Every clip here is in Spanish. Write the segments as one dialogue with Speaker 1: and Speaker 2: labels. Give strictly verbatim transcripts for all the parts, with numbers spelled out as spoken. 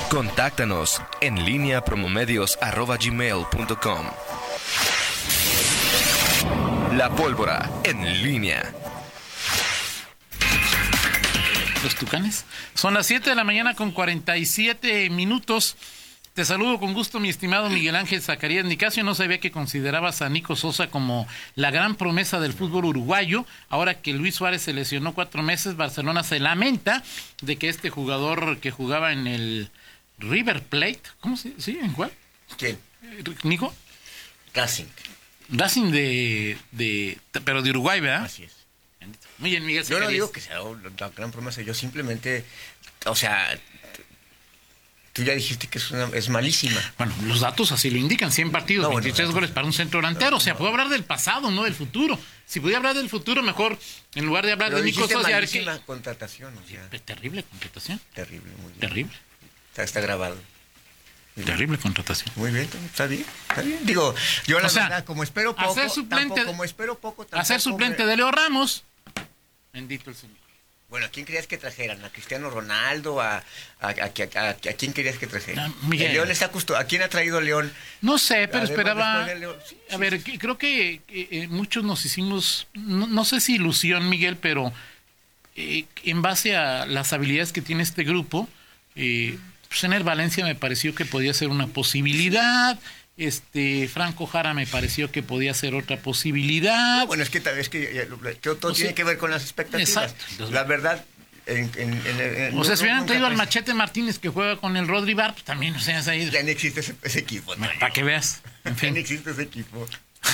Speaker 1: Contáctanos en línea promomedios arroba gmail punto com. La Pólvora en línea.
Speaker 2: Los Tucanes. Son las siete de la mañana con cuarenta y siete minutos. Te saludo con gusto, mi estimado Miguel Ángel Zacarías Nicasio. No sabía que considerabas a Nico Sosa como la gran promesa del fútbol uruguayo. Ahora que Luis Suárez se lesionó cuatro meses, Barcelona se lamenta de que este jugador que jugaba en el River Plate, ¿cómo se sí? ¿En cuál?
Speaker 3: ¿Quién?
Speaker 2: ¿Nico?
Speaker 3: Racing.
Speaker 2: Racing de, de, pero de Uruguay, ¿verdad?
Speaker 3: Así es.
Speaker 2: Muy bien, Miguel
Speaker 3: Yo
Speaker 2: Zacarías.
Speaker 3: no digo que sea la gran promesa, yo simplemente, o sea, tú ya dijiste que es, una, es malísima.
Speaker 2: Bueno, los datos así lo indican, cien partidos,
Speaker 3: no, bueno,
Speaker 2: veintitrés
Speaker 3: no,
Speaker 2: goles para un centro delantero. No, o sea,
Speaker 3: no.
Speaker 2: puedo hablar del pasado, no del futuro. Si pudiera hablar del futuro, mejor, en lugar de hablar
Speaker 3: Pero
Speaker 2: de Nico Sosa, a ver qué...
Speaker 3: malísima contratación, o sea.
Speaker 2: Terrible contratación.
Speaker 3: Terrible, muy bien.
Speaker 2: Terrible.
Speaker 3: Está, está grabado.
Speaker 2: Terrible contratación.
Speaker 3: Muy bien, está bien, está bien. Digo, yo la
Speaker 2: o sea,
Speaker 3: verdad, como espero poco,
Speaker 2: hacer suplente,
Speaker 3: tampoco, como espero poco, tampoco
Speaker 2: hacer suplente
Speaker 3: me...
Speaker 2: de Leo Ramos. Bendito el Señor.
Speaker 3: Bueno, ¿a quién querías que trajeran? ¿A Cristiano Ronaldo? ¿A, a, a, a, a, a quién querías que trajeran?
Speaker 2: Ah, Miguel.
Speaker 3: El León está acostumbrado. ¿A quién ha traído León?
Speaker 2: No sé, pero
Speaker 3: Además,
Speaker 2: esperaba...
Speaker 3: de sí,
Speaker 2: a
Speaker 3: sí,
Speaker 2: ver,
Speaker 3: sí.
Speaker 2: creo que eh, muchos nos hicimos, no, no sé si ilusión, Miguel, pero eh, en base a las habilidades que tiene este grupo, eh, pues Ener Valencia me pareció que podía ser una posibilidad. Este Franco Jara me pareció que podía ser otra posibilidad.
Speaker 3: No, bueno, es que tal vez que todo, todo
Speaker 2: o sea,
Speaker 3: tiene que ver con las expectativas.
Speaker 2: Exacto.
Speaker 3: La verdad, en, en, en, en,
Speaker 2: o sea,
Speaker 3: no,
Speaker 2: si hubieran
Speaker 3: nunca
Speaker 2: traído al
Speaker 3: pensé-
Speaker 2: Machete Martínez que juega con el Rodri Bar, pues también, o sea, se ha ido.
Speaker 3: Ya no existe ese, ese equipo. ¿No?
Speaker 2: Para que veas. En
Speaker 3: Ya no
Speaker 2: fin.
Speaker 3: existe ese equipo.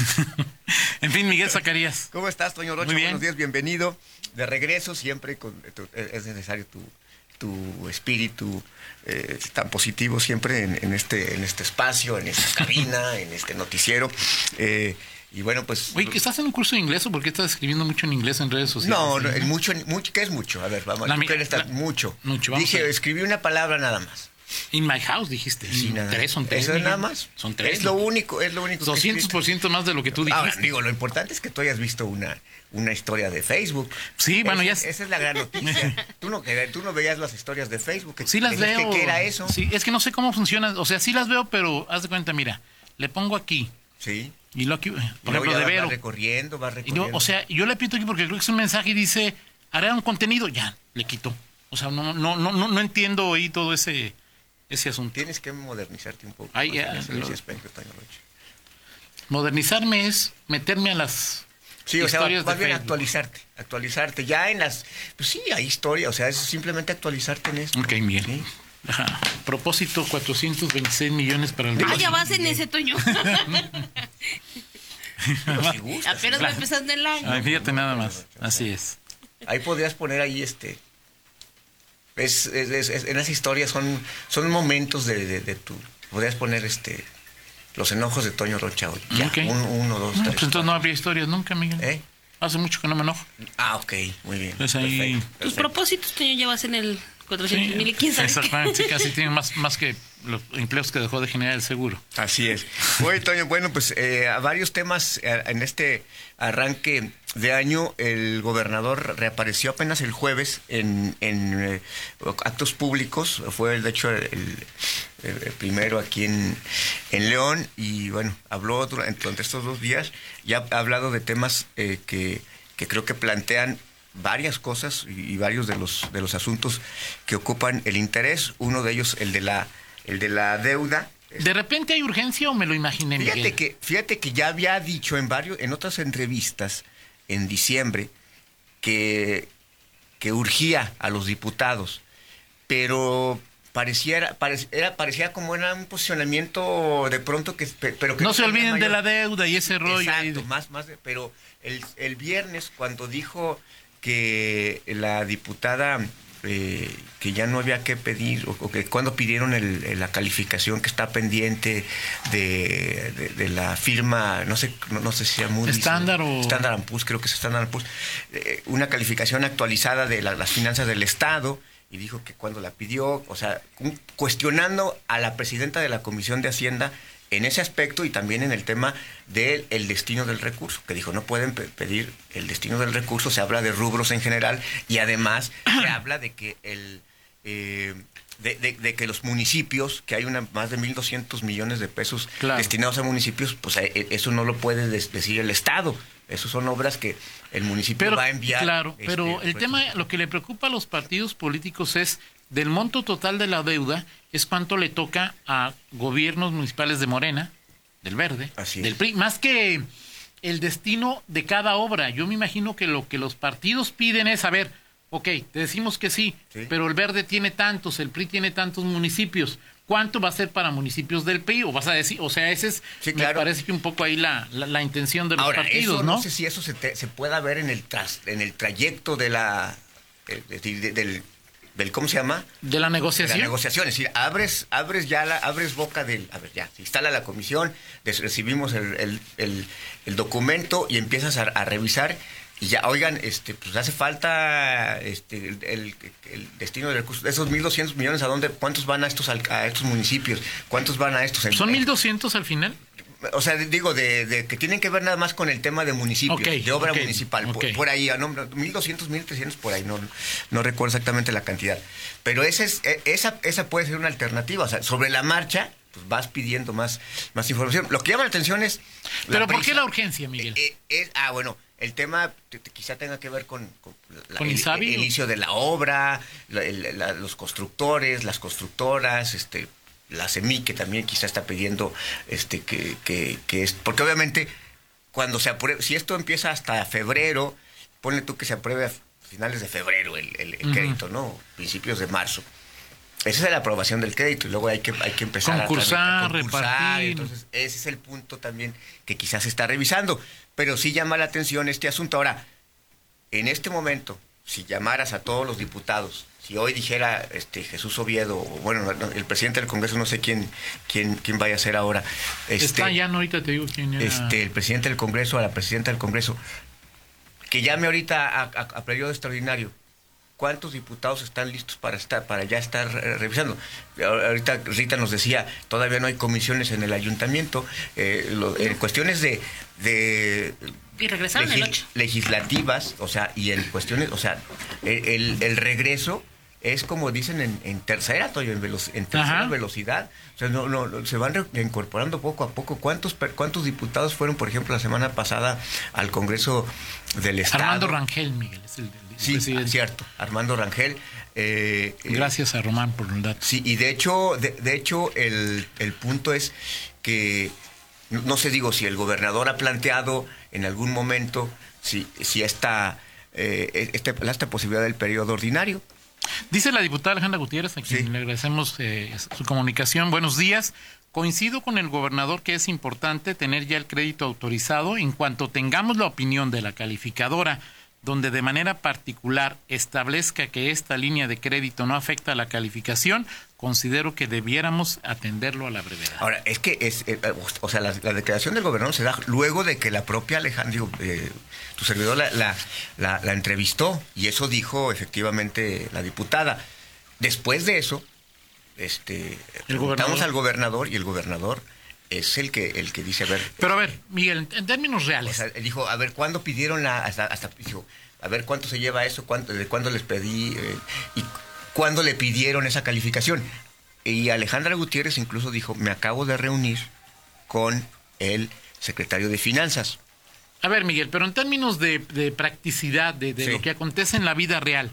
Speaker 2: En fin, Miguel Zacarías.
Speaker 3: ¿Cómo estás, Toño Rocha?
Speaker 2: Muy bien.
Speaker 3: Buenos días, bienvenido. De regreso, siempre con, tu, es necesario tu, tu espíritu eh, tan positivo siempre en, en, este, en este espacio, en esta cabina, en este noticiero. Eh, y bueno, pues...
Speaker 2: Oye, ¿que estás en un curso de inglés o por qué estás escribiendo mucho en inglés en redes sociales?
Speaker 3: No, no, es mucho, mucho, ¿qué es mucho? A ver, vamos,
Speaker 2: La
Speaker 3: ¿tú
Speaker 2: mi-
Speaker 3: qué estás?
Speaker 2: la-
Speaker 3: mucho.
Speaker 2: mucho, vamos
Speaker 3: Dije,
Speaker 2: a ver.
Speaker 3: escribí una palabra nada más.
Speaker 2: In my house, dijiste.
Speaker 3: Sí,
Speaker 2: Mm,
Speaker 3: nada.
Speaker 2: Tres, son tres.
Speaker 3: ¿Eso es
Speaker 2: Miguel.
Speaker 3: nada más?
Speaker 2: Son tres.
Speaker 3: Es lo único, es lo único que
Speaker 2: doscientos por ciento más de lo que tú dijiste.
Speaker 3: Ahora, digo, lo importante es que tú hayas visto una, una historia de Facebook.
Speaker 2: Sí, bueno,
Speaker 3: Ese-
Speaker 2: ya...
Speaker 3: Esa es la gran noticia. tú, no, tú no veías las historias de Facebook. Que
Speaker 2: Sí las
Speaker 3: decías
Speaker 2: veo.
Speaker 3: Que, ¿Qué era eso?
Speaker 2: Sí, es que no sé cómo funciona. O sea, sí las veo, pero haz de cuenta, mira, le pongo aquí.
Speaker 3: Sí.
Speaker 2: Y lo aquí,
Speaker 3: Y
Speaker 2: por
Speaker 3: luego
Speaker 2: ejemplo,
Speaker 3: ya
Speaker 2: de
Speaker 3: va
Speaker 2: Vero.
Speaker 3: recorriendo, va
Speaker 2: Y
Speaker 3: recorriendo.
Speaker 2: yo, o sea, yo le pito aquí porque creo que es un mensaje y dice, hará un contenido, ya, le quito. O sea, no, no, no, no, no entiendo ahí todo ese, ese asunto.
Speaker 3: Tienes que modernizarte un poco.
Speaker 2: Ay,
Speaker 3: más
Speaker 2: ya,
Speaker 3: en ese-
Speaker 2: lo-
Speaker 3: ese aspecto, Toño Rocha.
Speaker 2: Modernizarme es meterme a las
Speaker 3: Sí, o sea,
Speaker 2: historias
Speaker 3: más
Speaker 2: de
Speaker 3: bien
Speaker 2: Facebook.
Speaker 3: actualizarte, actualizarte. Ya en las... Pues sí, hay historia, o sea, es simplemente actualizarte en esto.
Speaker 2: Ok, Miguel.
Speaker 3: Sí.
Speaker 2: Ajá. Propósito, cuatrocientos veintiséis millones para el...
Speaker 4: Ah, ya vas en ese, Toño.
Speaker 3: Pero si gustas,
Speaker 4: Apenas
Speaker 2: Claro.
Speaker 4: va empezando el año.
Speaker 2: Ay, fíjate nada más. Así es.
Speaker 3: ahí podrías poner ahí este... Es, es, es- es- en las historias son, son momentos de, de, de tu... Podrías poner este... Los enojos de Toño Rocha hoy. Ya,
Speaker 2: Ok.
Speaker 3: un- uno, dos,
Speaker 2: No,
Speaker 3: tres.
Speaker 2: pues entonces no habría historias nunca, Miguel.
Speaker 3: ¿Eh?
Speaker 2: Hace mucho que no me enojo.
Speaker 3: Ah, ok, muy bien.
Speaker 2: Pues ahí-
Speaker 3: Perfecto,
Speaker 4: Tus
Speaker 3: perfecto.
Speaker 4: propósitos, Toño, ya vas en el cuatrocientos mil y quién sabe qué.
Speaker 2: Exactamente, sí, casi tiene más, más que los empleos que dejó de generar el seguro.
Speaker 3: Así es. Oye, Toño, bueno, pues eh, a varios temas eh, en este arranque de año. El gobernador reapareció apenas el jueves en, en eh, actos públicos. Fue, de hecho, el, el- el primero aquí en, en León. Y bueno, habló durante, durante estos dos días. Ya ha hablado de temas eh, que, que creo que plantean varias cosas y, y varios de los, de los asuntos que ocupan el interés. Uno de ellos, el de la, el de la deuda.
Speaker 2: ¿De repente hay urgencia o me lo imaginé, Miguel?
Speaker 3: Fíjate que, fíjate que ya había dicho en varios, en otras entrevistas en diciembre que, que urgía a los diputados, pero pareciera, pareciera, parecía como era un posicionamiento de pronto que, pero que
Speaker 2: No se
Speaker 3: tenía
Speaker 2: olviden de
Speaker 3: mayor-
Speaker 2: la deuda y ese rollo. ahí
Speaker 3: Exacto,
Speaker 2: de-
Speaker 3: más, más, de- pero el, el viernes cuando dijo que la diputada eh, que ya no había que pedir, o, o que cuando pidieron el, el- la calificación que está pendiente de, de, de la firma, no sé, no, no sé si sea Moody's,
Speaker 2: Estándar
Speaker 3: ¿no?
Speaker 2: o-
Speaker 3: Standard and Poor's, creo que es Standard and Poor's, eh, una calificación actualizada de la- las finanzas del Estado. Y dijo que cuando la pidió, o sea, un- cuestionando a la presidenta de la Comisión de Hacienda en ese aspecto y también en el tema del el destino del recurso, que dijo, no pueden pe- pedir el destino del recurso, se habla de rubros en general y además se habla de que el, eh, de, de, de que los municipios, que hay una más de mil doscientos millones de pesos
Speaker 2: claro.
Speaker 3: destinados a municipios, pues eso no lo puede decir el Estado. Esas son obras que el municipio
Speaker 2: pero,
Speaker 3: va a enviar.
Speaker 2: Claro,
Speaker 3: este,
Speaker 2: pero el
Speaker 3: pues,
Speaker 2: tema, lo que le preocupa a los partidos políticos es, del monto total de la deuda, es cuánto le toca a gobiernos municipales de Morena, del Verde,
Speaker 3: Así
Speaker 2: del
Speaker 3: es.
Speaker 2: P R I, más que el destino de cada obra. Yo me imagino que lo que los partidos piden es, a ver, ok, te decimos que sí,
Speaker 3: sí,
Speaker 2: pero el Verde tiene tantos, el P R I tiene tantos municipios. ¿Cuánto va a ser para municipios del P R I? O vas a decir, o sea, ese es,
Speaker 3: sí,
Speaker 2: me
Speaker 3: claro.
Speaker 2: parece que un poco ahí la, la, la intención de los
Speaker 3: Ahora,
Speaker 2: partidos,
Speaker 3: eso,
Speaker 2: ¿no?
Speaker 3: no sé si eso se, te, se pueda ver en el tras, en el trayecto de la de, de, de, del, del ¿cómo se llama?
Speaker 2: De la
Speaker 3: De
Speaker 2: negociación.
Speaker 3: la negociación, es decir, abres, abres ya la, abres boca del, a ver, ya, se instala la comisión, des, recibimos el, el, el, el documento y empiezas a, a revisar. Y ya, oigan, este, pues hace falta este, el, el, el destino de recursos. De esos mil doscientos millones, ¿a dónde? ¿Cuántos van a estos a estos municipios? ¿Cuántos van a estos?
Speaker 2: ¿Son mil doscientos al final?
Speaker 3: O sea, digo, de, de que tienen que ver nada más con el tema de municipios,
Speaker 2: okay,
Speaker 3: de obra
Speaker 2: okay,
Speaker 3: municipal.
Speaker 2: Okay.
Speaker 3: Por, por ahí, no, mil doscientos, mil trescientos, por ahí, no, no recuerdo exactamente la cantidad. Pero ese es, esa, esa puede ser una alternativa. O sea, sobre la marcha, pues vas pidiendo más, más información. Lo que llama la atención es...
Speaker 2: ¿Pero por qué la urgencia, Miguel?
Speaker 3: Eh, eh, ah, bueno... El tema te, te, quizá tenga que ver con, con, la,
Speaker 2: ¿Con
Speaker 3: el,
Speaker 2: Insabi,
Speaker 3: el, el inicio de la obra, la, el, la, los constructores, las constructoras, este, la CEMIC, que también quizá está pidiendo este que, que, que es... Porque obviamente, cuando se apruebe, si esto empieza hasta febrero, ponle tú que se apruebe a finales de febrero el, el, el uh-huh. crédito, ¿no? Principios de marzo. Esa es la aprobación del crédito y luego hay que, hay que empezar
Speaker 2: concursar,
Speaker 3: a, tramitar, concursar,
Speaker 2: repartir.
Speaker 3: Entonces, ese es el punto también que quizás se está revisando. Pero sí llama la atención este asunto. Ahora, en este momento, si llamaras a todos los diputados, si hoy dijera este Jesús Oviedo, o bueno, el presidente del Congreso, no sé quién quién quién vaya a ser ahora. Este,
Speaker 2: Está ya, no, ahorita te digo quién era.
Speaker 3: Este, el presidente del Congreso, a la presidenta del Congreso, que llame ahorita a, a, a periodo extraordinario. ¿Cuántos diputados están listos para estar para ya estar eh, revisando? Ahorita Rita nos decía, todavía no hay comisiones en el ayuntamiento. Eh, lo, en cuestiones de, de
Speaker 4: y regresaron
Speaker 3: legis,
Speaker 4: el ocho.
Speaker 3: legislativas, o sea, y en cuestiones, o sea, el, el regreso es como dicen en, en tercera, Toyo, en, velo, en tercera Ajá. velocidad. O sea, no, no, se van incorporando poco a poco. ¿Cuántos cuántos diputados fueron, por ejemplo, la semana pasada al Congreso del Estado?
Speaker 2: Armando Rangel, Miguel, es el, el
Speaker 3: Sí, presidente. Cierto, Armando Rangel. Eh,
Speaker 2: Gracias eh, a Román por el dato.
Speaker 3: Sí, y de hecho, de, de hecho el, el punto es que, no, no sé, digo, si el gobernador ha planteado en algún momento si, si esta, eh, este, esta posibilidad del periodo ordinario.
Speaker 2: Dice la diputada Alejandra Gutiérrez, a quien sí. le agradecemos eh, su comunicación. Buenos días. Coincido con el gobernador que es importante tener ya el crédito autorizado en cuanto tengamos la opinión de la calificadora, donde de manera particular establezca que esta línea de crédito no afecta a la calificación, considero que debiéramos atenderlo a la brevedad.
Speaker 3: Ahora, es que es, eh, o sea, la, la declaración del gobernador se da luego de que la propia Alejandra, eh, tu servidor la, la, la, la entrevistó, y eso dijo efectivamente la diputada. Después de eso, este, preguntamos al gobernador y el gobernador es el que el que dice, a ver...
Speaker 2: Pero a ver, Miguel, en términos reales...
Speaker 3: O sea, dijo, a ver, ¿cuándo pidieron la... Hasta, hasta dijo, a ver, ¿cuánto se lleva eso? ¿Cuánto, ¿De cuándo les pedí? Eh, ¿Y cuándo le pidieron esa calificación? Y Alejandra Gutiérrez incluso dijo, me acabo de reunir con el secretario de Finanzas.
Speaker 2: A ver, Miguel, pero en términos de, de practicidad, de, de sí. lo que acontece en la vida real,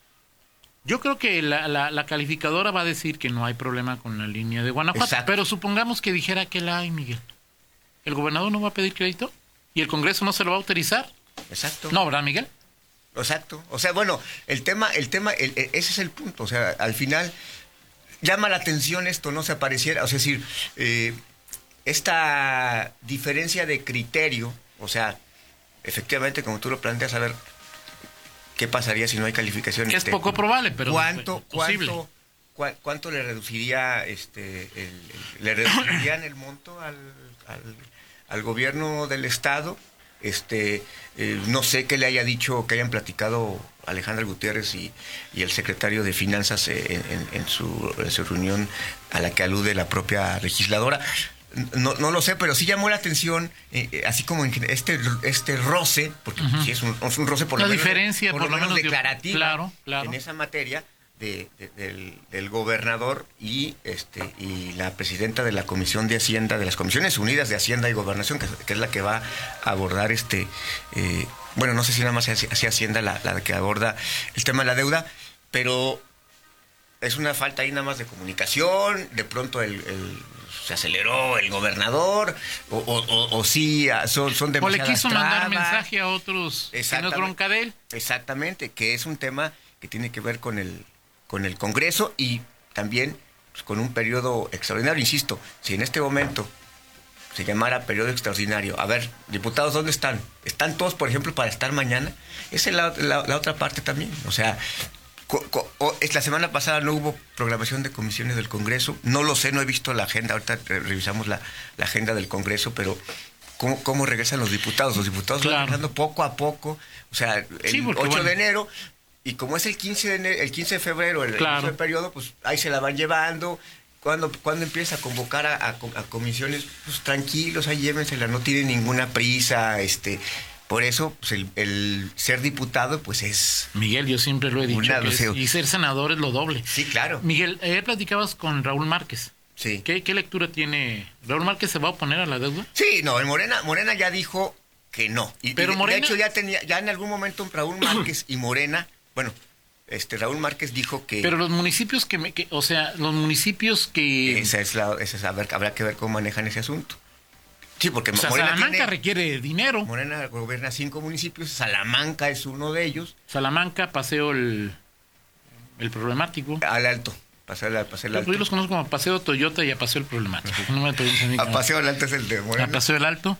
Speaker 2: yo creo que la, la, la calificadora va a decir que no hay problema con la línea de Guanajuato. Exacto. Pero supongamos que dijera que la hay, Miguel. ¿El gobernador no va a pedir crédito? ¿Y el Congreso no se lo va a autorizar?
Speaker 3: Exacto.
Speaker 2: No, ¿verdad, Miguel?
Speaker 3: Exacto. O sea, bueno, el tema, el tema, el, ese es el punto. O sea, al final llama la atención esto, no se apareciera. O sea, es decir, eh, esta diferencia de criterio, o sea, efectivamente, como tú lo planteas, a ver... ¿Qué pasaría si no hay calificación?
Speaker 2: Es poco probable, pero
Speaker 3: ¿Cuánto,
Speaker 2: posible.
Speaker 3: cuánto, cu cuánto le reduciría, este, el, el, le reducirían el monto al, al, al gobierno del estado? Este, eh, no sé qué le haya dicho, que hayan platicado Alejandra Gutiérrez y, y el secretario de Finanzas en, en, en, su, en su reunión a la que alude la propia legisladora. No, no lo sé, pero sí llamó la atención, eh, así como en este este roce, porque uh-huh. sí es un, un roce por
Speaker 2: la
Speaker 3: lo
Speaker 2: diferencia,
Speaker 3: menos, por, por lo menos, menos
Speaker 2: declarativa
Speaker 3: claro, claro. en esa materia, de, de, del, del gobernador y este y la presidenta de la Comisión de Hacienda, de las Comisiones Unidas de Hacienda y Gobernación, que, que es la que va a abordar este, eh, bueno, no sé si nada más hacia Hacienda la, la que aborda el tema de la deuda, pero es una falta ahí nada más de comunicación, de pronto el, el se aceleró el gobernador, o, o, o, o sí, son, son demasiadas
Speaker 2: O le quiso
Speaker 3: trabas.
Speaker 2: mandar mensaje a otros que no es bronca de él.
Speaker 3: Exactamente, que es un tema que tiene que ver con el, con el Congreso y también pues, con un periodo extraordinario. Insisto, si en este momento se llamara periodo extraordinario, a ver, diputados, ¿dónde están? ¿Están todos, por ejemplo, para estar mañana? Esa es la, la, la otra parte también, o sea... Co, co, o, es, la semana pasada no hubo programación de comisiones del Congreso, no lo sé, no he visto la agenda, ahorita revisamos la, la agenda del Congreso, pero ¿cómo, cómo regresan los diputados? Los diputados claro. van regresando poco a poco, o sea, el sí, porque, ocho bueno. de enero, y como es el quince de, enero, el quince de febrero, el, claro. el periodo, pues ahí se la van llevando. Cuando, cuando empieza a convocar a, a, a comisiones, pues tranquilos, ahí llévensela, no tienen ninguna prisa, este... Por eso, pues el, el ser diputado, pues es...
Speaker 2: Miguel, yo siempre lo he dicho, que es, y ser senador es lo doble.
Speaker 3: Sí, claro.
Speaker 2: Miguel, ayer platicabas con Raúl Márquez.
Speaker 3: Sí.
Speaker 2: ¿Qué, ¿Qué lectura tiene? ¿Raúl Márquez se va a oponer a la deuda?
Speaker 3: Sí, no, en Morena, Morena ya dijo que no. Y,
Speaker 2: Pero
Speaker 3: y de,
Speaker 2: Morena...
Speaker 3: de hecho, ya tenía, ya en algún momento Raúl Márquez y Morena, bueno, este Raúl Márquez dijo que...
Speaker 2: Pero los municipios que, me, que o sea, los municipios que...
Speaker 3: Esa es la, esa es, a ver, habrá que ver cómo manejan ese asunto. Sí, porque
Speaker 2: o sea,
Speaker 3: Morena
Speaker 2: Salamanca
Speaker 3: tiene,
Speaker 2: requiere dinero.
Speaker 3: Morena gobierna cinco municipios, Salamanca es uno de ellos.
Speaker 2: Salamanca, Paseo el, el Problemático.
Speaker 3: Al Alto, Paseo, al, paseo el Alto.
Speaker 2: Yo los conozco como Paseo Toyota y a Paseo el Problemático. No me
Speaker 3: a Paseo el Alto es el de Morena.
Speaker 2: A Paseo el Alto,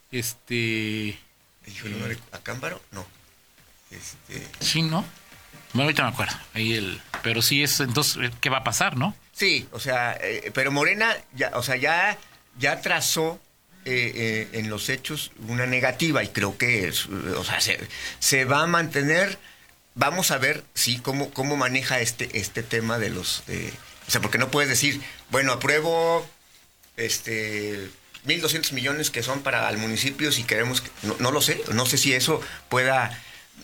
Speaker 2: este...
Speaker 3: ¿Dijo el nombre? ¿A Cámbaro? No. Este...
Speaker 2: Sí, ¿no? Bueno, ahorita me acuerdo. Ahí el... Pero sí es, entonces, ¿qué va a pasar, no?
Speaker 3: Sí, o sea, eh, pero Morena, ya, o sea, ya, ya trazó... Eh, eh, en los hechos una negativa y creo que es, o sea, se, se va a mantener. Vamos a ver sí cómo cómo maneja este este tema de los de, o sea, porque no puedes decir, bueno, apruebo este mil doscientos millones que son para el municipio si queremos que, no, no lo sé, no sé si eso pueda.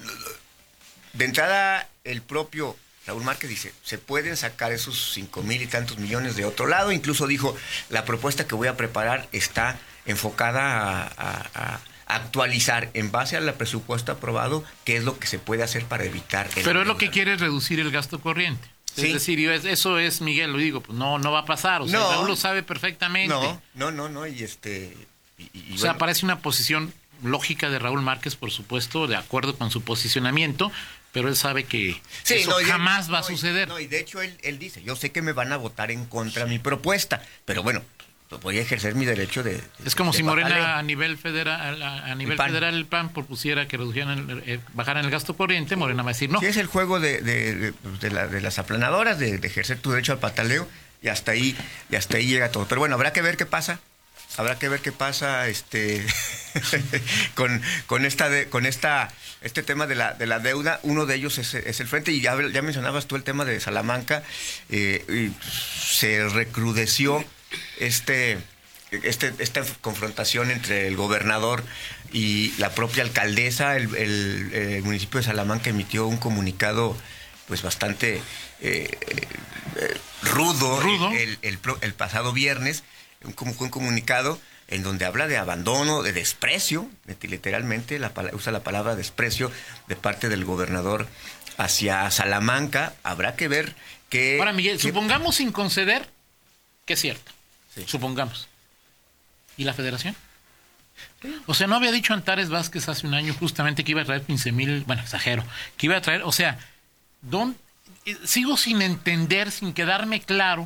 Speaker 3: De entrada el propio Raúl Márquez dice, se pueden sacar esos cinco mil y tantos millones de otro lado, incluso dijo, la propuesta que voy a preparar está enfocada a, a, a actualizar en base al presupuesto aprobado qué es lo que se puede hacer para evitar el
Speaker 2: pero es lo que quiere es reducir el gasto corriente. Sí. Es decir, eso es, Miguel, lo digo, pues no no va a pasar, o sea, no, Raúl lo sabe perfectamente.
Speaker 3: No, no, no, no, y este y, y,
Speaker 2: o
Speaker 3: bueno.
Speaker 2: sea, parece una posición lógica de Raúl Márquez, por supuesto, de acuerdo con su posicionamiento, pero él sabe que sí, eso no, jamás de, va a suceder.
Speaker 3: No, y de hecho él, él dice, yo sé que me van a votar en contra de mi propuesta, pero bueno, voy a ejercer mi derecho de... de
Speaker 2: es como
Speaker 3: de
Speaker 2: si Morena
Speaker 3: pagarle.
Speaker 2: a nivel federal a, a nivel
Speaker 3: el
Speaker 2: federal el P A N propusiera que redujeran el, eh, bajaran el gasto corriente, Morena va a decir no.
Speaker 3: Sí, es el juego de, de, de, de, la, de las aplanadoras, de, de ejercer tu derecho al pataleo, y hasta ahí y hasta ahí llega todo. Pero bueno, habrá que ver qué pasa. Habrá que ver qué pasa este con, con esta de, con esta este tema de la de la deuda. Uno de ellos es, es el frente, y ya, ya mencionabas tú el tema de Salamanca, eh, y se recrudeció este este esta confrontación entre el gobernador y la propia alcaldesa. El, el, el municipio de Salamanca emitió un comunicado pues bastante eh, eh, rudo,
Speaker 2: ¿Rudo?
Speaker 3: El, el, el, el pasado viernes. Un, un comunicado en donde habla de abandono, de desprecio, literalmente la, usa la palabra desprecio de parte del gobernador hacia Salamanca. Habrá que ver que...
Speaker 2: Ahora, Miguel,
Speaker 3: que,
Speaker 2: supongamos sin conceder que es cierto.
Speaker 3: Sí.
Speaker 2: Supongamos. ¿Y la federación? Sí. O sea, ¿no había dicho Antares Vázquez hace un año justamente que iba a traer quince mil, bueno, exagero, que iba a traer, o sea, don, sigo sin entender, sin quedarme claro,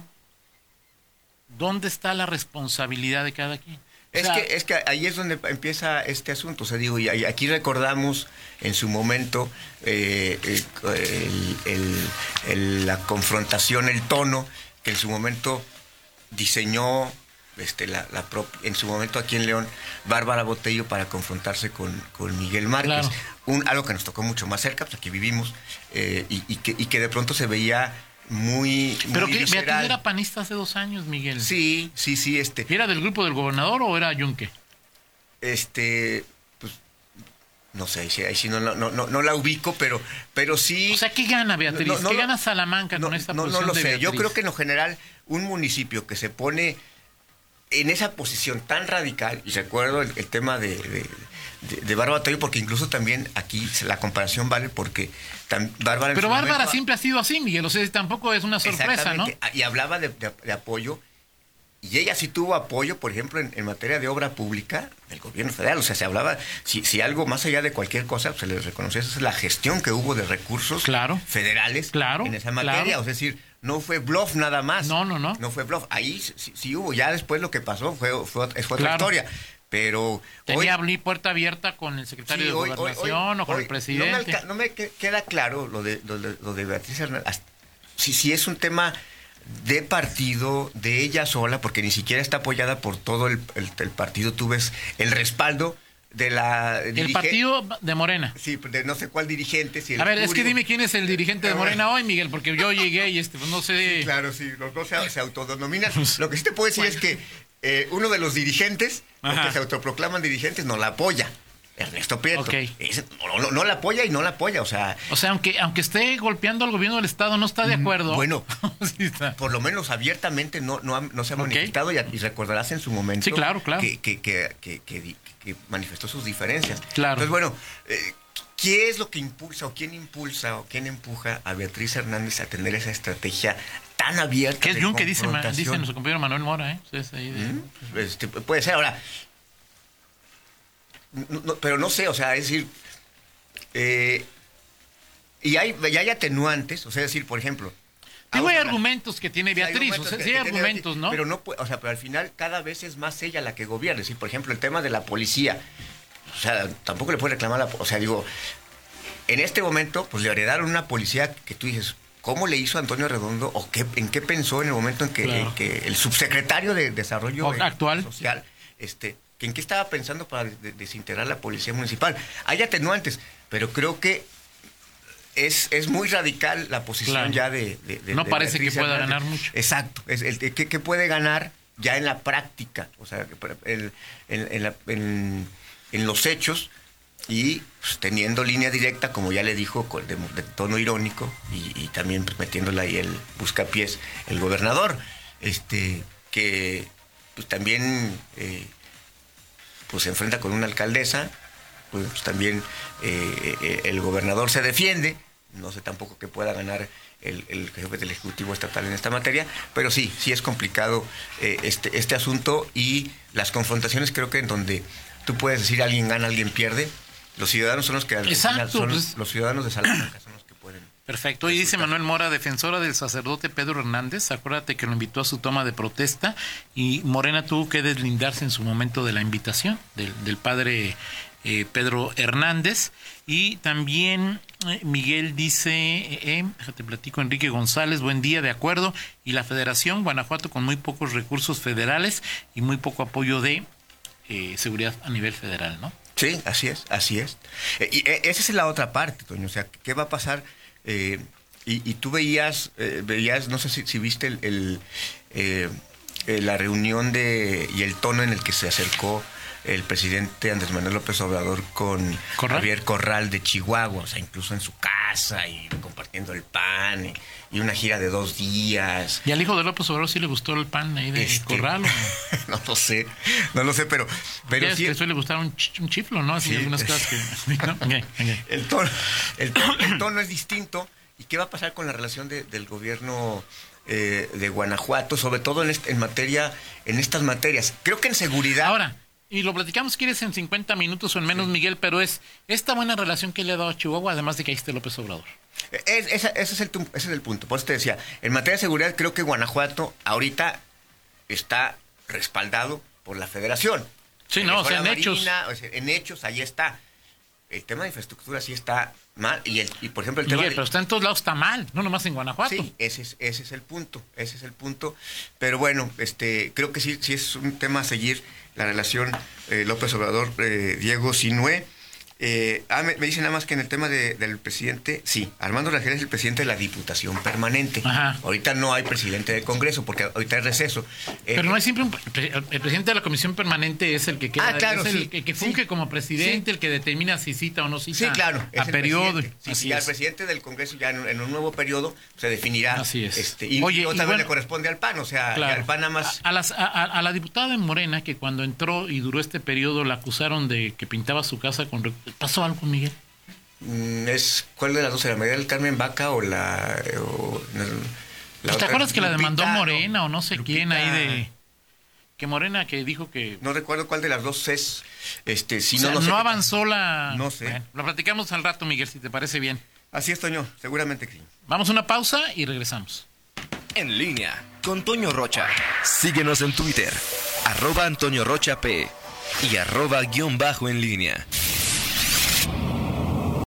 Speaker 2: ¿dónde está la responsabilidad de cada quien?
Speaker 3: Es, o sea, que, es que ahí es donde empieza este asunto. O sea, digo, y aquí recordamos en su momento eh, el, el, el, la confrontación, el tono que en su momento diseñó este, la, la propia, en su momento aquí en León, Bárbara Botello para confrontarse con, con Miguel Márquez.
Speaker 2: Claro.
Speaker 3: Un, algo que nos tocó mucho más cerca, pues aquí vivimos, eh, y, y, que, y que de pronto se veía muy,
Speaker 2: pero
Speaker 3: muy
Speaker 2: que
Speaker 3: visceral.
Speaker 2: Beatriz era panista hace dos años, Miguel.
Speaker 3: Sí, sí, sí, este.
Speaker 2: ¿Era del grupo del gobernador o era Yunque?
Speaker 3: Este, pues, No sé, sí, ahí sí no, no, no, no la ubico, pero, pero sí...
Speaker 2: O sea, ¿qué gana Beatriz?
Speaker 3: No, no,
Speaker 2: ¿Qué
Speaker 3: no,
Speaker 2: gana Salamanca
Speaker 3: no,
Speaker 2: con esta
Speaker 3: no,
Speaker 2: posición
Speaker 3: no lo
Speaker 2: de
Speaker 3: sé.
Speaker 2: Beatriz?
Speaker 3: Yo creo que en lo general un municipio que se pone en esa posición tan radical, y recuerdo el, el tema de, de, de, de Bárbara Tello, porque incluso también aquí la comparación vale porque tam, Bárbara...
Speaker 2: Pero Bárbara
Speaker 3: momento,
Speaker 2: siempre ha sido así, Miguel, o sea, tampoco es una sorpresa, ¿no?
Speaker 3: Y hablaba de, de, de apoyo, y ella sí tuvo apoyo, por ejemplo, en, en materia de obra pública del gobierno federal. O sea, se hablaba, si, si algo más allá de cualquier cosa, pues se les reconoció, esa es la gestión que hubo de recursos
Speaker 2: claro,
Speaker 3: federales
Speaker 2: claro,
Speaker 3: en esa materia.
Speaker 2: Claro.
Speaker 3: O sea, es decir, no fue bluff nada más.
Speaker 2: No, no, no.
Speaker 3: No fue bluff. Ahí sí, sí hubo. Ya después lo que pasó fue, fue, fue otra
Speaker 2: claro.
Speaker 3: historia. Pero
Speaker 2: tenía
Speaker 3: hoy,
Speaker 2: puerta abierta con el secretario
Speaker 3: sí,
Speaker 2: de
Speaker 3: hoy,
Speaker 2: Gobernación
Speaker 3: hoy, hoy,
Speaker 2: o con
Speaker 3: hoy,
Speaker 2: el presidente.
Speaker 3: No me, alca- no me queda claro lo de, lo de, lo de Beatriz Hernández. Si, si es un tema de partido, de ella sola, porque ni siquiera está apoyada por todo el, el, el partido. Tú ves el respaldo de la...
Speaker 2: El
Speaker 3: dirige-
Speaker 2: partido de Morena.
Speaker 3: Sí, de no sé cuál dirigente. Si el
Speaker 2: A ver, es que
Speaker 3: Curio.
Speaker 2: dime quién es el dirigente de Morena hoy, Miguel, porque yo llegué y este, pues no sé...
Speaker 3: Sí, claro, sí, los dos se, se autodenominan. Lo que sí te puedo decir es que eh, uno de los dirigentes, los
Speaker 2: Ajá.
Speaker 3: que se autoproclaman dirigentes, no la apoya. Ernesto Prieto.
Speaker 2: Ok.
Speaker 3: Es- no, no, no la apoya y no la apoya, o sea...
Speaker 2: O sea, aunque aunque esté golpeando al gobierno del Estado, no está de acuerdo.
Speaker 3: Bueno,
Speaker 2: Sí está.
Speaker 3: por lo menos abiertamente no, no, ha- no se ha
Speaker 2: Ok.
Speaker 3: manifestado y, y recordarás en su momento
Speaker 2: Sí, claro, claro.
Speaker 3: Que, que, que, que, que di- que manifestó sus diferencias.
Speaker 2: Claro.
Speaker 3: Entonces, bueno, eh, ¿qué es lo que impulsa o quién impulsa o quién empuja a Beatriz Hernández a tener esa estrategia tan abierta
Speaker 2: Que es
Speaker 3: de
Speaker 2: bien que dice, ma-
Speaker 3: confrontación?
Speaker 2: dice nuestro compañero Manuel Mora, ¿eh? Pues es ahí de-
Speaker 3: ¿Mm? Este, puede ser, ahora... No, no, pero no sé, o sea, es decir... eh, y hay, y hay atenuantes, o sea, es decir, por ejemplo...
Speaker 2: Digo, hay
Speaker 3: vamos a-
Speaker 2: argumentos que tiene
Speaker 3: Sí, hay
Speaker 2: Beatriz, o
Speaker 3: argumentos
Speaker 2: sea,
Speaker 3: que-
Speaker 2: sí hay
Speaker 3: que tiene
Speaker 2: argumentos,
Speaker 3: Beatriz,
Speaker 2: ¿no?
Speaker 3: Pero no, pu- o sea, pero al final cada vez es más ella la que gobierna. Es decir, por ejemplo, el tema de la policía. O sea, tampoco le puede reclamar a la... O sea, digo, en este momento, pues le heredaron una policía que tú dices, ¿cómo le hizo Antonio Redondo o qué, en qué pensó en el momento en que,
Speaker 2: Claro.
Speaker 3: en que el subsecretario de Desarrollo
Speaker 2: O-
Speaker 3: eh,
Speaker 2: actual.
Speaker 3: Social, este, que en qué estaba pensando para de- desintegrar la policía municipal? Hay atenuantes, pero creo que es, es muy radical la posición
Speaker 2: Claro.
Speaker 3: ya de, de- de-
Speaker 2: No
Speaker 3: de
Speaker 2: parece
Speaker 3: Beatriz
Speaker 2: que pueda
Speaker 3: Hernández.
Speaker 2: ganar mucho.
Speaker 3: Exacto. Es el, ¿qué, qué puede ganar ya en la práctica? O sea, que por- el- en, en la- en- en los hechos y pues, teniendo línea directa, como ya le dijo, con- de, de tono irónico y, y también pues, metiéndole ahí el buscapiés el gobernador, este que pues también eh, pues se enfrenta con una alcaldesa, pues, pues, también eh, eh, el gobernador se defiende. No sé tampoco que pueda ganar el, el jefe del Ejecutivo Estatal en esta materia, pero sí, sí es complicado eh, este, este asunto y las confrontaciones creo que en donde tú puedes decir alguien gana, alguien pierde, los ciudadanos son los que al
Speaker 2: Exacto,
Speaker 3: final son
Speaker 2: pues.
Speaker 3: los ciudadanos de Salamanca son los que pueden.
Speaker 2: Perfecto. Y dice Manuel Mora, defensora del sacerdote Pedro Hernández, acuérdate que lo invitó a su toma de protesta y Morena tuvo que deslindarse en su momento de la invitación del, del padre eh, Pedro Hernández. Y también eh, Miguel dice, eh, eh, déjate platico, Enrique González, buen día, de acuerdo. Y la Federación, Guanajuato con muy pocos recursos federales y muy poco apoyo de eh, seguridad a nivel federal, ¿no?
Speaker 3: Sí, así es, así es. Eh, y eh, esa es la otra parte, Toño. O sea, ¿qué va a pasar? Eh, y, y tú veías, eh, veías, no sé si, si viste el, el, eh, eh, la reunión de y el tono en el que se acercó el presidente Andrés Manuel López Obrador con
Speaker 2: ¿Corral?
Speaker 3: Javier Corral de Chihuahua, o sea, incluso en su casa y compartiendo el pan y, y una gira de dos días.
Speaker 2: ¿Y al hijo de López Obrador sí le gustó el pan ahí de
Speaker 3: Este,
Speaker 2: Corral? ¿O?
Speaker 3: no lo sé, no lo sé, pero, pero
Speaker 2: Ya
Speaker 3: sí.
Speaker 2: es que suele gustar un, ch- un chiflo, ¿no? Así
Speaker 3: Sí.
Speaker 2: algunas cosas que... ¿no? Ok, ok.
Speaker 3: El tono, el, tono, el tono es distinto. ¿Y qué va a pasar con la relación de- del gobierno eh, de Guanajuato, sobre todo en, este- en materia, en estas materias? Creo que en seguridad.
Speaker 2: Ahora, y lo platicamos, quieres, en cincuenta minutos o en menos, Miguel, pero es esta buena relación que le ha dado a Chihuahua, además de que ahí esté López Obrador.
Speaker 3: Es- esa- ese, es el, tu- ese es el punto. Por eso te decía, en materia de seguridad, creo que Guanajuato ahorita está respaldado por la Federación.
Speaker 2: Sí, no, o sea, en
Speaker 3: Marina,
Speaker 2: hechos.
Speaker 3: o sea, en hechos, ahí está. El tema de infraestructura sí está mal. Y, el, y por ejemplo, el tema
Speaker 2: Miguel,
Speaker 3: de-
Speaker 2: pero está en todos lados, está mal, no nomás en Guanajuato.
Speaker 3: Sí, ese es, ese es el punto, ese es el punto. Pero bueno, este, creo que sí, sí es un tema a seguir la relación eh, López Obrador, eh, Diego Sinué. Eh, ah, me, me dicen nada más que en el tema de, del presidente, sí, Armando Rangel es el presidente de la Diputación Permanente.
Speaker 2: Ajá.
Speaker 3: Ahorita no hay presidente del Congreso porque ahorita hay receso. Eh,
Speaker 2: Pero no hay siempre un... pre- El presidente de la Comisión Permanente es el que queda...
Speaker 3: Ah, claro,
Speaker 2: es el
Speaker 3: sí.
Speaker 2: que, que funge
Speaker 3: Sí.
Speaker 2: como presidente,
Speaker 3: Sí.
Speaker 2: el que determina si cita o no cita
Speaker 3: Sí, claro. es
Speaker 2: a
Speaker 3: el
Speaker 2: periodo.
Speaker 3: presidente. Sí,
Speaker 2: Así
Speaker 3: sí, al
Speaker 2: es.
Speaker 3: presidente del Congreso ya en, en un nuevo periodo se definirá.
Speaker 2: Así es.
Speaker 3: Este, y,
Speaker 2: Oye,
Speaker 3: y otra
Speaker 2: y
Speaker 3: vez
Speaker 2: bueno,
Speaker 3: le corresponde al P A N, o sea,
Speaker 2: Claro.
Speaker 3: al P A N nada más.
Speaker 2: A, a las- a- a- a la diputada de Morena, que cuando entró y duró este periodo, la acusaron de que pintaba su casa con... re- ¿Pasó algo, Miguel?
Speaker 3: Mm, es, ¿cuál de las dos era? ¿María del Carmen Vaca o la... o, la
Speaker 2: Pues, ¿te
Speaker 3: otra?
Speaker 2: acuerdas que la
Speaker 3: Lupita,
Speaker 2: demandó
Speaker 3: ¿no?
Speaker 2: Morena o no sé
Speaker 3: Lupita.
Speaker 2: quién ahí de... Que Morena que dijo que...
Speaker 3: No recuerdo cuál de las dos es. Este, si
Speaker 2: o sea,
Speaker 3: no,
Speaker 2: no,
Speaker 3: no, sé qué-
Speaker 2: avanzó la...
Speaker 3: No sé.
Speaker 2: Bueno, lo platicamos al rato, Miguel, si te parece bien.
Speaker 3: Así es, Toño, seguramente que sí.
Speaker 2: Vamos a una pausa y regresamos.
Speaker 1: En línea con Toño Rocha. Síguenos en Twitter, arroba Antonio Rocha P y arroba guión bajo en línea.